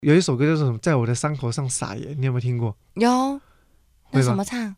有一首歌叫做什么，在我的伤口上撒盐，你有没有听过？ 有，那怎么唱？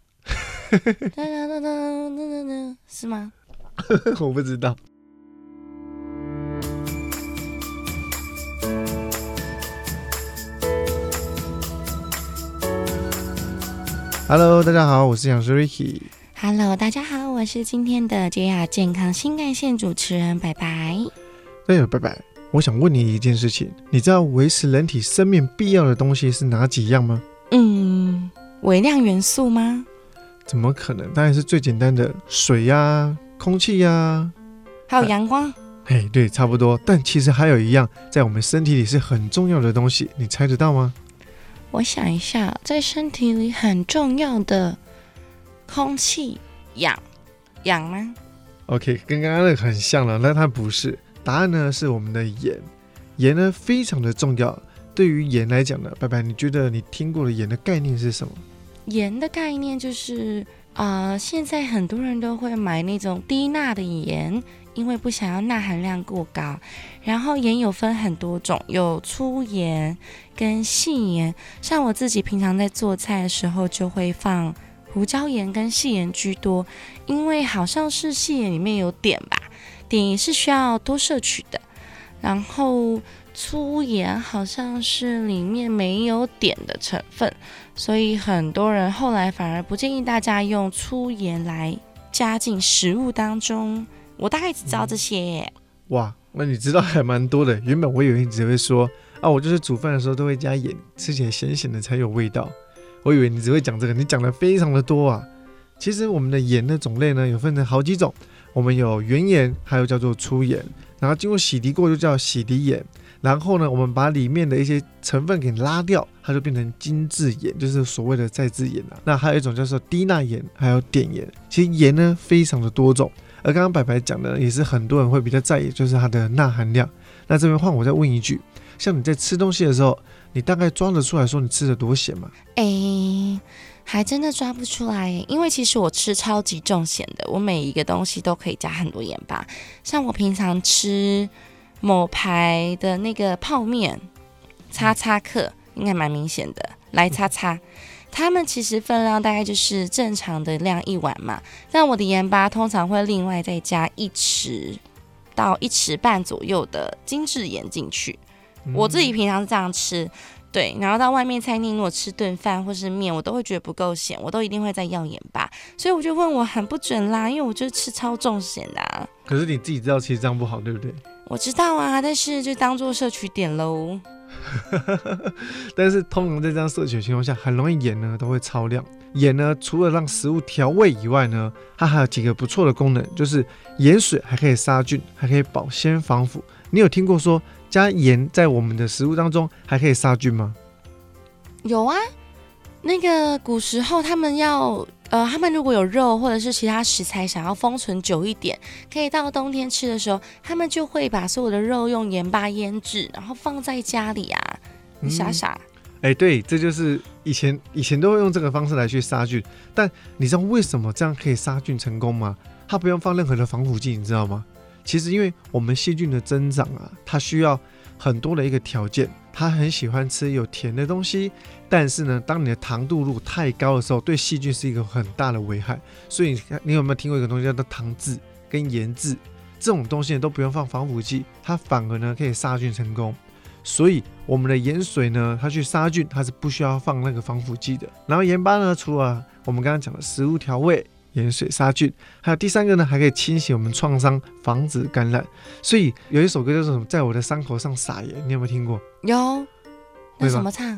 是吗？ 我不知道。Hello， 大家好，我是养师 Ricky。Hello， 大家好，我是今天的 JR 健康新干线主持人白白。 对，白白，我想问你一件事情，你知道维持人体生命必要的东西是哪几样吗？ 微量元素吗？ 怎么可能？当然是最简单的水啊、空气啊， 还有阳光。 对，差不多。但其实还有一样，在我们身体里是很重要的东西，你猜得到吗？ 我想一下，在身体里很重要的空气，氧吗 ？OK， 跟刚刚那个很像了，但它不是。答案呢是我们的盐。盐呢非常的重要。对于盐来讲呢，白白，你觉得你听过的盐的概念是什么？ 盐的概念就是现在很多人都会买那种低钠的盐，因为不想要钠含量过高。然后盐有分很多种，有粗盐跟细盐。像我自己平常在做菜的时候，就会放胡椒盐跟细盐居多，因为好像是细盐里面有碘吧，碘也是需要多摄取的。然后粗盐好像是里面没有碘的成分，所以很多人后来反而不建议大家用粗盐来加进食物当中。我大概只知道这些耶。 哇，那你知道还蛮多的。原本我以为你只会说我就是煮饭的时候都会加盐，吃起来咸咸的才有味道。我以为你只会讲这个，你讲的非常的多啊。其实我们的盐的种类呢，有分成好几种。我们有原盐，还有叫做粗盐，然后经过洗涤过就叫洗涤盐。然后呢，我们把里面的一些成分给拉掉，它就变成精制盐，就是所谓的再制盐啊。那还有一种叫做低钠盐，还有碘盐。其实盐呢非常的多种，而刚刚白白讲的也是很多人会比较在意，就是它的钠含量。那这边换我再问一句，像你在吃东西的时候，你大概抓得出来说你吃的多咸吗？ 还真的抓不出来耶，因为其实我吃超级重咸的，我每一个东西都可以加很多盐巴。像我平常吃某牌的那个泡面，叉叉克应该蛮明显的，来叉叉，他们其实分量大概就是正常的量一碗嘛，但我的盐巴通常会另外再加1匙到1匙半左右的精制盐进去。我自己平常是这样吃。对，然后到外面餐厅如果吃顿饭或是面，我都会觉得不够咸，我都一定会再要盐巴，所以我就问我很不准啦，因为我就吃超重咸的啊。 可是你自己知道其实这样不好，对不对？ 我知道啊，但是就当做摄取点咯。 但是通常在这样摄取的情况下，很容易盐呢都会超量。盐呢除了让食物调味以外呢，它还有几个不错的功能，就是盐水还可以杀菌，还可以保鲜防腐。你有听过说加盐在我们的食物当中还可以杀菌吗？ 有啊，那个古时候他们如果有肉或者是其他食材想要封存久一点，可以到冬天吃的时候，他们就会把所有的肉用盐巴腌制，然后放在家里啊。你傻傻。 对，这就是以前都会用这个方式来去杀菌。但你知道为什么这样可以杀菌成功吗？它不用放任何的防腐剂，你知道吗？其实因为我们细菌的增长啊，它需要很多的一个条件，它很喜欢吃有甜的东西，但是呢，当你的糖度如果太高的时候，对细菌是一个很大的危害。所以你有没有听过一个东西叫做糖渍跟盐渍？这种东西都不用放防腐剂，它反而呢可以杀菌成功。所以我们的盐水呢，它去杀菌，它是不需要放那个防腐剂的。然后盐巴呢，除了我们刚刚讲的食物调味，盐水杀菌，还有第三个呢，还可以清洗我们创伤，防止感染。所以有一首歌叫做什么，在我的伤口上撒盐，你有没有听过？ 有，那怎么唱？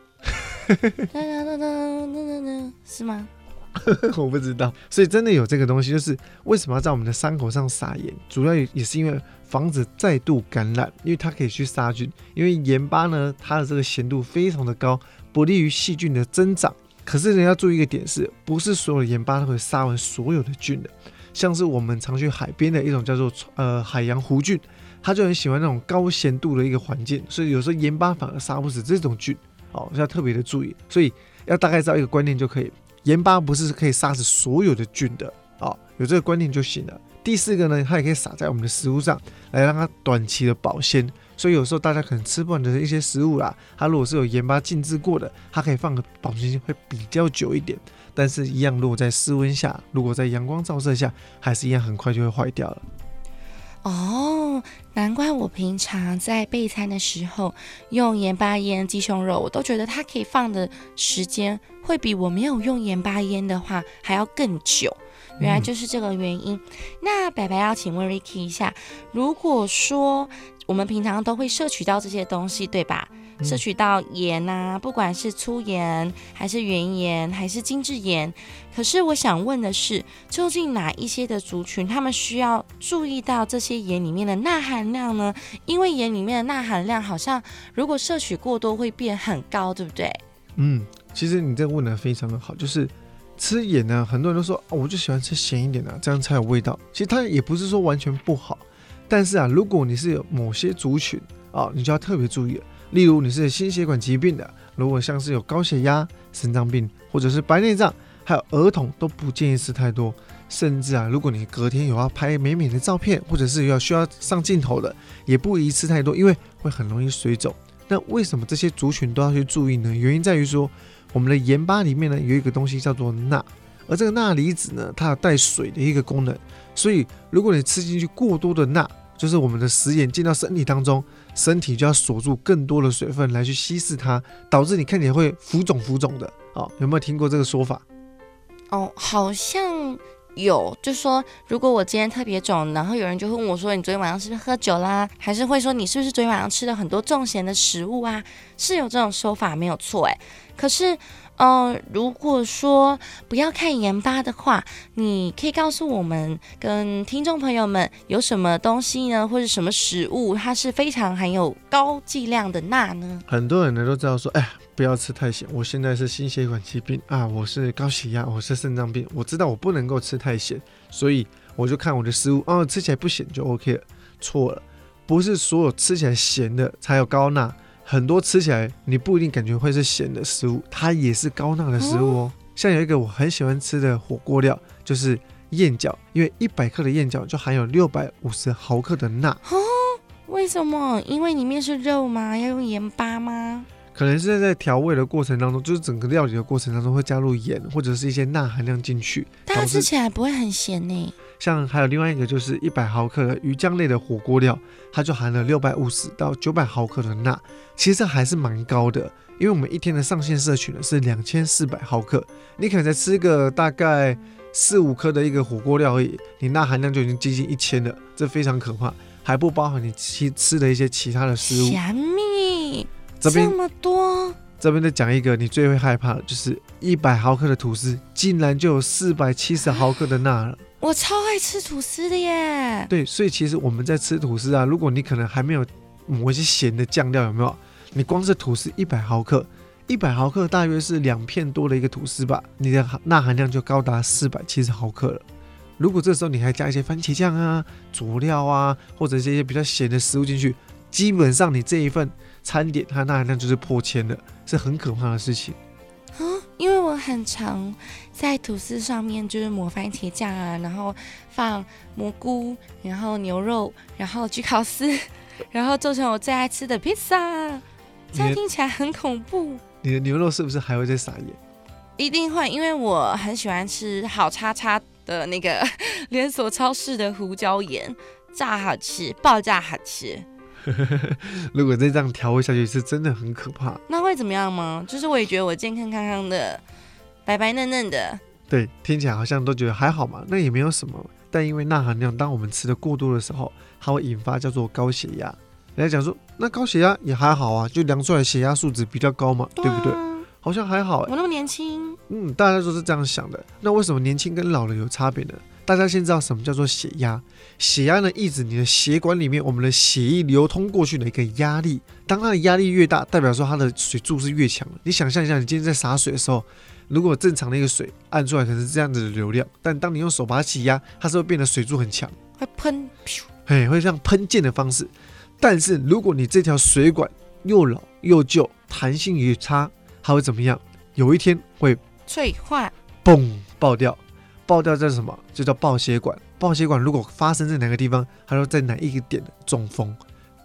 是吗？ 我不知道。所以真的有这个东西，就是为什么要在我们的伤口上撒盐，主要也是因为防止再度感染，因为它可以去杀菌。因为盐巴呢，它的这个咸度非常的高，不利于细菌的增长。可是人要注意一个点是，不是所有的盐巴都会杀完所有的菌的。像是我们常去海边的一种叫做海洋弧菌，它就很喜欢那种高咸度的一个环境，所以有时候盐巴反而杀不死这种菌，要特别的注意。所以要大概知道一个观念就可以，盐巴不是可以杀死所有的菌的，有这个观念就行了。第四个呢，它也可以撒在我们的食物上，来让它短期的保鲜。 所以有时候大家可能吃不完的一些食物啦，它如果是有盐巴浸渍过的，它可以放的保存期会比较久一点。但是一样，如果在室温下，如果在阳光照射下，还是一样很快就会坏掉了。 哦，难怪我平常在备餐的时候用盐巴腌鸡胸肉，我都觉得它可以放的时间会比我没有用盐巴腌的话还要更久。原来就是这个原因。那白白要请问 Ricky 一下，如果说我们平常都会摄取到这些东西，对吧？摄取到盐啊，不管是粗盐还是原盐还是精制盐，可是我想问的是，究竟哪一些的族群他们需要注意到这些盐里面的钠含量呢？因为盐里面的钠含量好像如果摄取过多会变很高，对不对？ 其实你这个问的非常的好，就是吃盐呢，很多人都说我就喜欢吃咸一点啊，这样才有味道。其实它也不是说完全不好，但是啊，如果你是有某些族群你就要特别注意了。例如你是心血管疾病的，如果像是有高血压、肾脏病或者是白内障，还有儿童都不建议吃太多。甚至如果你隔天有要拍美美的照片，或者是需要上镜头的，也不宜吃太多，因为会很容易水肿。那为什么这些族群都要去注意呢？原因在于说，我们的盐巴里面呢有一个东西叫做钠，而这个钠离子呢，它有带水的一个功能，所以如果你吃进去过多的钠，就是我们的食盐进到身体当中，身体就要锁住更多的水分来去稀释它，导致你看起来会浮肿的。有没有听过这个说法？ 好像有，就说如果我今天特别肿，然后有人就会问我说，你昨天晚上是不是喝酒啦？还是会说你是不是昨天晚上吃了很多重咸的食物啊？是有这种说法，没有错可是如果说不要看盐巴的话，你可以告诉我们跟听众朋友们有什么东西呢，或者什么食物它是非常含有高剂量的钠呢？ 很多人呢都知道说，不要吃太咸，我现在是心血管疾病我是高血压，我是肾脏病，我知道我不能够吃太咸，所以我就看我的食物吃起来不咸就 OK 了。错了，不是所有吃起来咸的才有高钠，很多吃起来你不一定感觉会是咸的食物，它也是高钠的食物像有一个我很喜欢吃的火锅料，就是燕饺，因为100克的燕饺就含有650毫克的钠。 为什么？因为里面是肉吗？要用盐巴吗？ 可能是在调味的过程当中，就是整个料理的过程当中会加入盐或者是一些钠含量进去， 但它吃起来不会很咸呢。 像还有另外一个就是100毫克的鱼浆类的火锅料，它就含了650到900毫克的钠，其实还是蛮高的，因为我们一天的上限摄取呢是2400毫克，你可能才吃个大概4-5颗的一个火锅料而已，你钠含量就已经接近1000了，这非常可怕，还不包含你吃的一些其他的食物。 虾米这么多？ 这边再讲一个你最会害怕的，就是100毫克的吐司竟然就有470毫克的钠了。 我超爱吃吐司的耶。 对，所以其实我们在吃吐司如果你可能还没有抹一些咸的酱料，有没有？你光是吐司100毫克，100毫克大约是2片多的一个吐司吧，你的钠含量就高达470毫克了。如果这时候你还加一些番茄酱佐料或者这些比较咸的食物进去，基本上你这一份餐点它钠含量就是破1000了，是很可怕的事情。 因为我很常在吐司上面就是抹番茄酱然后放蘑菇，然后牛肉，然后焗烤丝，然后做成我最爱吃的披萨，这样听起来很恐怖。 你的牛肉是不是还会再撒盐？ 一定会，因为我很喜欢吃好叉叉的那个连锁超市的胡椒盐，炸好吃，爆炸好吃。 如果再这样调味下去，是真的很可怕。 那会怎么样吗？就是我也觉得我健康康康的，白白嫩嫩的。 对，听起来好像都觉得还好嘛，那也没有什么。但因为钠含量，当我们吃的过多的时候，它会引发叫做高血压。人家讲说，那高血压也还好啊，就量出来血压数值比较高嘛，对不对？好像还好我那么年轻。 大家都是这样想的。那为什么年轻跟老了有差别呢？大家先知道什么叫做血压。血压呢，意指你的血管里面我们的血液流通过去的一个压力。当它的压力越大，代表说它的水柱是越强的。你想象一下，你今天在洒水的时候，如果正常的一个水按出来可能是这样子的流量，但当你用手把它挤压，它是会变得水柱很强， 会喷， 会像喷溅的方式。但是如果你这条水管又老又旧，弹性也差，它会怎么样？有一天会脆化， 嘣爆掉。爆掉叫什么？就叫爆血管。爆血管如果发生在哪个地方，它就在哪一个点的中风。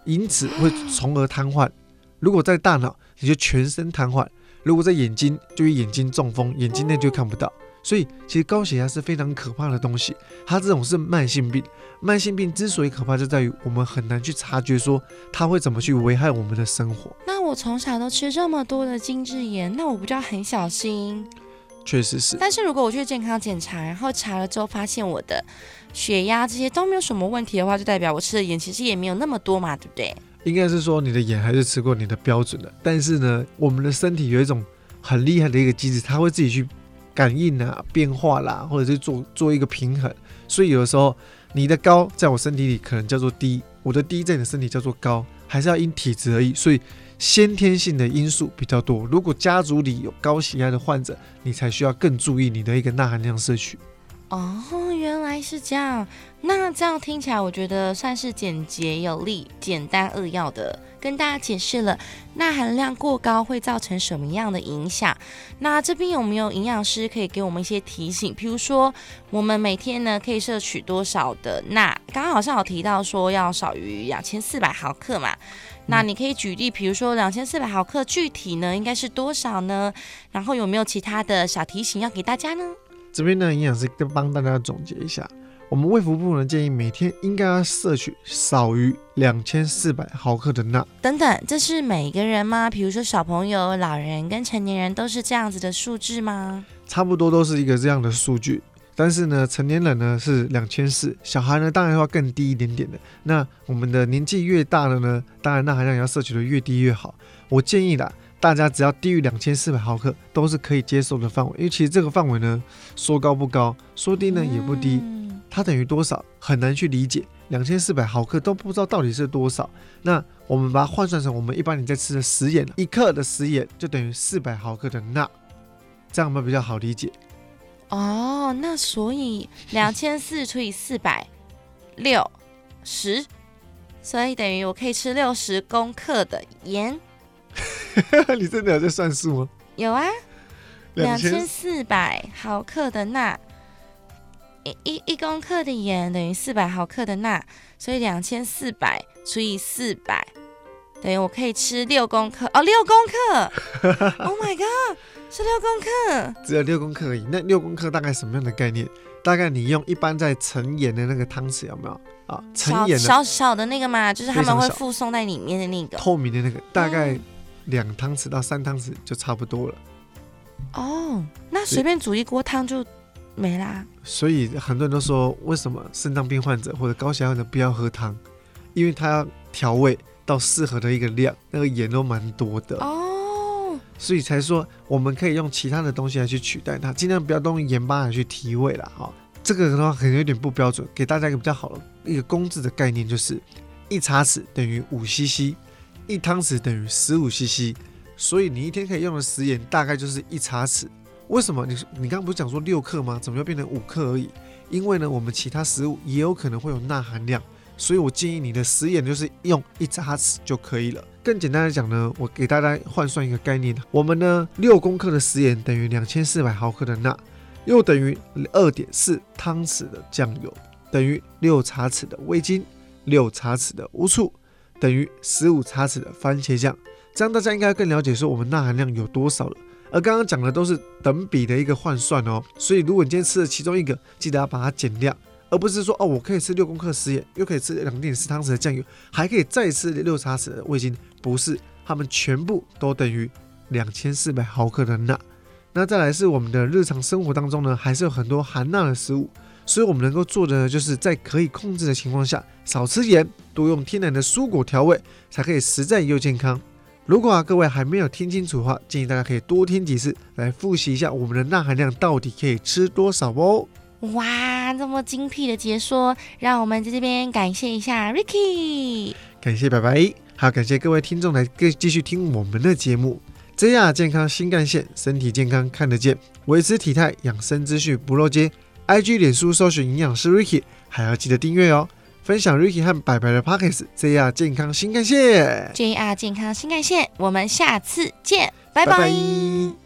因此会从而瘫痪。如果在大脑，你就全身瘫痪；如果在眼睛，就会眼睛中风，眼睛内就看不到。所以其实高血压是非常可怕的东西，它这种是慢性病。慢性病之所以可怕，就在于我们很难去察觉说它会怎么去危害我们的生活。 那我从小都吃这么多的精制盐，那我不就要很小心？ 确实是。 但是如果我去健康检查，然后查了之后发现我的血压这些都没有什么问题的话，就代表我吃的盐其实也没有那么多嘛，对不对？ 应该是说你的盐还是吃过你的标准的，但是呢，我们的身体有一种很厉害的一个机制，它会自己去感应啊、变化啦，或者是做一个平衡。所以有的时候你的高在我身体里可能叫做低，我的低在你的身体叫做高，还是要因体质而已。所以先天性的因素比较多。如果家族里有高血压的患者，你才需要更注意你的一个钠含量摄取。 哦，原来是这样。那这样听起来，我觉得算是简洁有力、简单扼要的跟大家解释了钠含量过高会造成什么样的影响。那这边有没有营养师可以给我们一些提醒？比如说，我们每天呢可以摄取多少的钠？刚刚好像有提到说要少于2400毫克嘛。那你可以举例，比如说2400毫克具体呢应该是多少呢？然后有没有其他的小提醒要给大家呢？ 这边呢，营养师帮大家总结一下，我们卫福部呢建议每天应该要摄取少于2400毫克的钠。 等等，这是每个人吗？比如说小朋友、老人跟成年人都是这样子的数字吗？ 差不多都是一个这样的数据，但是呢，成年人呢是2400，小孩呢当然要更低一点点的。那我们的年纪越大的呢，当然钠含量要摄取的越低越好。我建议啦，大家只要低于2400毫克都是可以接受的范围，因为其实这个范围呢，说高不高，说低呢也不低，它等于多少很难去理解，2400毫克都不知道到底是多少。那我们把它换算成我们一般你在吃的食盐，1克的食盐就等于400毫克的钠，这样有没有比较好理解？ 哦，那所以2400除以400，60，所以等于我可以吃60公克的盐。 你真的有在算数吗？ 有啊，2400毫克的钠，一公克的盐等于400毫克的钠，所以2400除以400，等于我可以吃6公克哦，6公克！Oh my god， 是6公克， 只有6公克而已。那6公克大概什么样的概念？大概你用一般在盛盐的那个汤匙有没有啊？盛盐的小小的那个嘛，就是他们会附送在里面的那个透明的那个，大概2汤匙到3汤匙就差不多了。 哦，那随便煮一锅汤就没啦。 所以很多人都说，为什么肾脏病患者或者高血压患者不要喝汤？因为它要调味到适合的一个量，那个盐都蛮多的哦。所以才说我们可以用其他的东西来去取代它，尽量不要用盐巴来去提味啦。这个的话可能有点不标准，给大家一个比较好的一个公制的概念，就是1茶匙等于5cc， 1汤匙等于15cc， 所以你一天可以用的食盐大概就是1茶匙。为什么你刚刚不是讲说6克吗？怎么又变成5克而已？因为呢，我们其他食物也有可能会有钠含量，所以我建议你的食盐就是用1茶匙就可以了。更简单的讲呢，我给大家换算一个概念，我们呢6公克的食盐等于2400毫克的钠，又等于 2.4 汤匙的酱油，等于6茶匙的味精，6茶匙的乌醋，等于15茶匙的番茄酱。这样大家应该更了解说我们钠含量有多少了。而刚刚讲的都是等比的一个换算哦，所以如果你今天吃了其中一个，记得要把它减量，而不是说我可以吃6公克食盐，又可以吃 2.4 汤匙的酱油，还可以再吃6茶匙的味精，不是，它们全部都等于2400毫克的钠。那再来是我们的日常生活当中呢，还是有很多含钠的食物，所以我们能够做的呢，就是在可以控制的情况下，少吃盐，多用天然的蔬果调味，才可以实在又健康。如果各位还没有听清楚的话，建议大家可以多听几次，来复习一下我们的钠含量到底可以吃多少哦。 哇，这么精辟的解说，让我们在这边感谢一下 Ricky， 感谢白白，还有感谢各位听众来继续听我们的节目。JR 健康新干线，身体健康看得见，维持体态养生资讯不漏接。IG 脸书搜寻营养师 Ricky， 还要记得订阅哦。分享 Ricky 和白白的 Podcast JR 健康新干线， JR 健康新干线，我们下次见，拜拜。 拜拜。